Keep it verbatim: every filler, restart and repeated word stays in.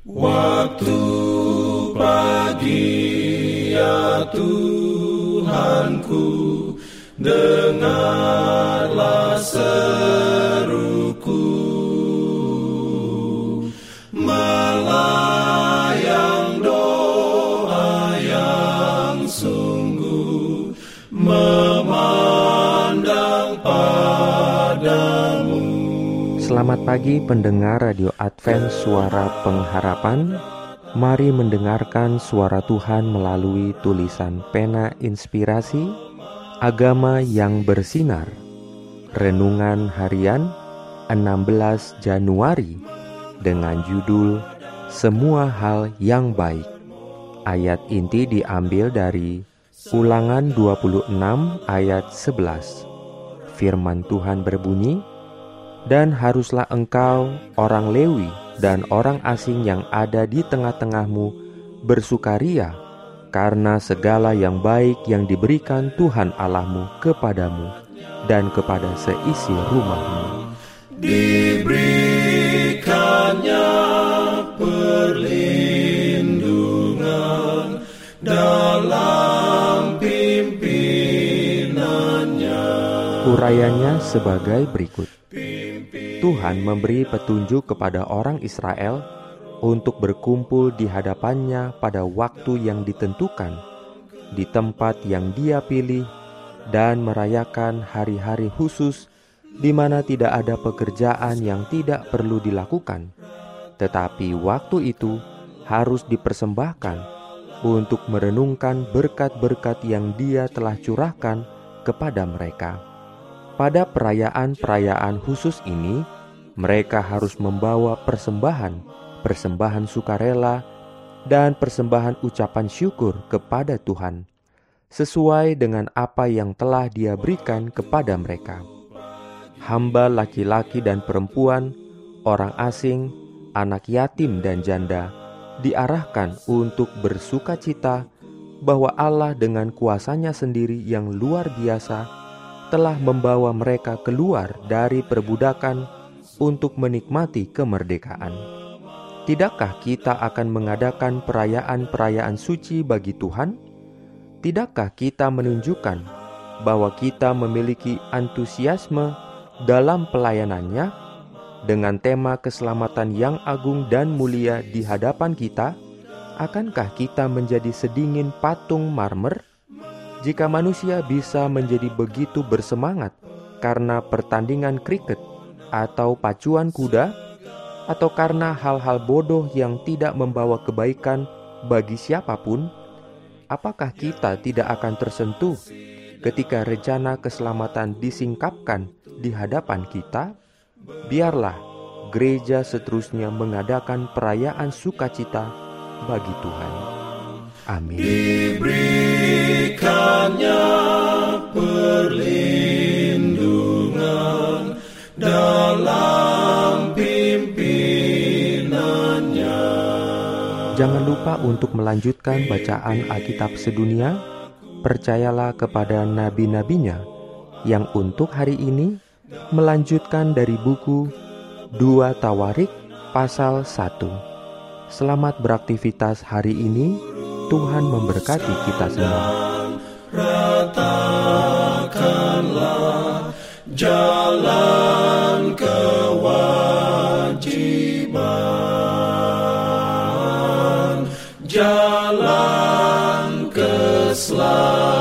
Waktu pagi ya Tuhanku, dengarlah seruku, melayang doa yang sungguh, memandang padamu. Selamat pagi pendengar Radio Advent Suara Pengharapan. Mari mendengarkan suara Tuhan melalui tulisan pena inspirasi Agama yang Bersinar. Renungan harian enam belas Januari dengan judul Semua Hal yang Baik. Ayat inti diambil dari Ulangan dua puluh enam ayat sebelas. Firman Tuhan berbunyi, "Dan haruslah engkau, orang Lewi dan orang asing yang ada di tengah-tengahmu, bersukaria karena segala yang baik yang diberikan Tuhan Allahmu kepadamu dan kepada seisi rumahmu." Diberikannya perlindungan dalam pimpinannya. Urayanya sebagai berikut. Tuhan memberi petunjuk kepada orang Israel untuk berkumpul di hadapannya pada waktu yang ditentukan, di tempat yang Dia pilih, dan merayakan hari-hari khusus di mana tidak ada pekerjaan yang tidak perlu dilakukan. Tetapi waktu itu harus dipersembahkan untuk merenungkan berkat-berkat yang Dia telah curahkan kepada mereka. Pada perayaan-perayaan khusus ini, mereka harus membawa persembahan, persembahan sukarela, dan persembahan ucapan syukur kepada Tuhan, sesuai dengan apa yang telah Dia berikan kepada mereka. Hamba laki-laki dan perempuan, orang asing, anak yatim dan janda, diarahkan untuk bersukacita bahwa Allah dengan kuasa-Nya sendiri yang luar biasa telah membawa mereka keluar dari perbudakan untuk menikmati kemerdekaan. Tidakkah kita akan mengadakan perayaan-perayaan suci bagi Tuhan? Tidakkah kita menunjukkan bahwa kita memiliki antusiasme dalam pelayanannya dengan tema keselamatan yang agung dan mulia di hadapan kita? Akankah kita menjadi sedingin patung marmer? Jika manusia bisa menjadi begitu bersemangat karena pertandingan kriket atau pacuan kuda, atau karena hal-hal bodoh yang tidak membawa kebaikan bagi siapapun, apakah kita tidak akan tersentuh ketika rencana keselamatan disingkapkan di hadapan kita? Biarlah gereja seterusnya mengadakan perayaan sukacita bagi Tuhan. Amin. Diberikannya perlindungan dalam pimpinannya. Jangan lupa untuk melanjutkan bacaan Alkitab sedunia. Percayalah kepada nabi-nabinya yang untuk hari ini melanjutkan dari buku dua Tawarik pasal satu. Selamat beraktivitas hari ini. Tuhan memberkati kita semua. Ratakanlah jalan kewajiban, jalan keselamatan.